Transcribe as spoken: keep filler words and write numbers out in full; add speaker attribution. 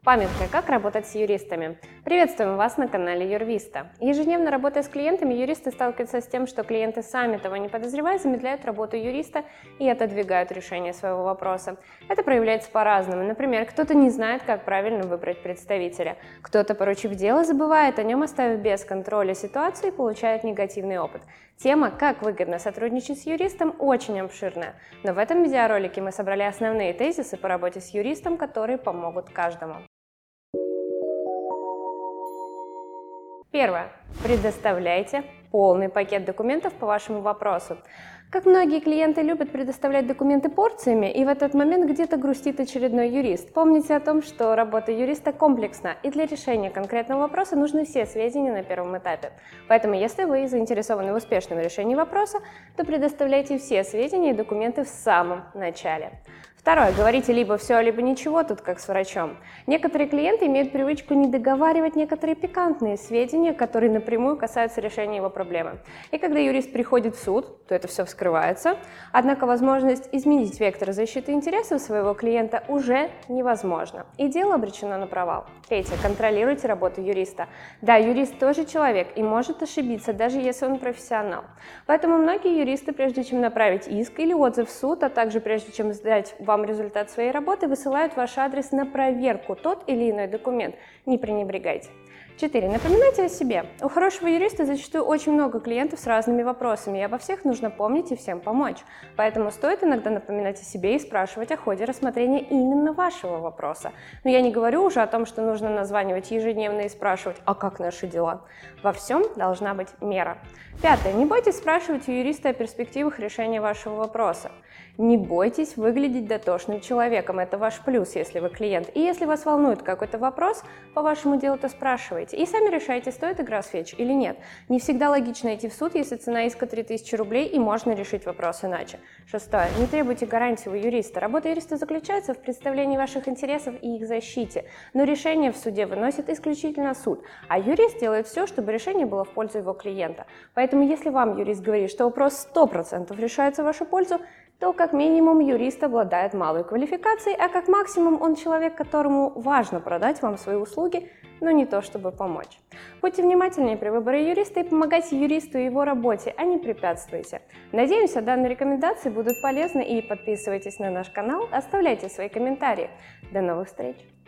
Speaker 1: Памятка, как работать с юристами. Приветствуем вас на канале Юрвиста. Ежедневно работая с клиентами, юристы сталкиваются с тем, что клиенты, сами того не подозревая, замедляют работу юриста и отодвигают решение своего вопроса. Это проявляется по-разному. Например, кто-то не знает, как правильно выбрать представителя. Кто-то, поручив дело, забывает о нем, оставив без контроля ситуацию и получает негативный опыт. Тема «Как выгодно сотрудничать с юристом» очень обширная, но в этом видеоролике мы собрали основные тезисы по работе с юристом, которые помогут каждому. Первое. Предоставляйте полный пакет документов по вашему вопросу. Как многие клиенты любят предоставлять документы порциями, и в этот момент где-то грустит очередной юрист. Помните о том, что работа юриста комплексна, и для решения конкретного вопроса нужны все сведения на первом этапе. Поэтому, если вы заинтересованы в успешном решении вопроса, то предоставляйте все сведения и документы в самом начале. Второе. Говорите либо все, либо ничего, тут как с врачом. Некоторые клиенты имеют привычку не договаривать некоторые пикантные сведения, которые напрямую касаются решения его проблемы. И когда юрист приходит в суд, то это все вскрывается, однако возможность изменить вектор защиты интересов своего клиента уже невозможно, и дело обречено на провал. Третье. Контролируйте работу юриста. Да, юрист тоже человек и может ошибиться, даже если он профессионал. Поэтому многие юристы, прежде чем направить иск или отзыв в суд, а также прежде чем сдать вам результат своей работы, высылают ваш адрес на проверку тот или иной документ. Не пренебрегайте. Четыре. Напоминайте о себе. У хорошего юриста зачастую очень много клиентов с разными вопросами, и обо всех нужно помнить и всем помочь. Поэтому стоит иногда напоминать о себе и спрашивать о ходе рассмотрения именно вашего вопроса. Но я не говорю уже о том, что нужно названивать ежедневно и спрашивать, а как наши дела? Во всем должна быть мера. Пятое. Не бойтесь спрашивать у юриста о перспективах решения вашего вопроса. Не бойтесь выглядеть дотошным человеком, это ваш плюс, если вы клиент. И если вас волнует какой-то вопрос по вашему делу, то спрашивайте. И сами решайте, стоит игра свеч или нет. Не всегда логично идти в суд, если цена иска три тысячи рублей и можно решить вопрос иначе. Шестое. Не требуйте гарантии у юриста. Работа юриста заключается в представлении ваших интересов и их защите. Но решение в суде выносит исключительно суд, а юрист делает все, чтобы решение было в пользу его клиента. Поэтому если вам юрист говорит, что вопрос сто процентов решается в вашу пользу, то как минимум юрист обладает малой квалификацией, а как максимум он человек, которому важно продать вам свои услуги, но не то чтобы помочь. Будьте внимательнее при выборе юриста и помогайте юристу и его работе, а не препятствуйте. Надеемся, данные рекомендации будут полезны, и подписывайтесь на наш канал, оставляйте свои комментарии. До новых встреч!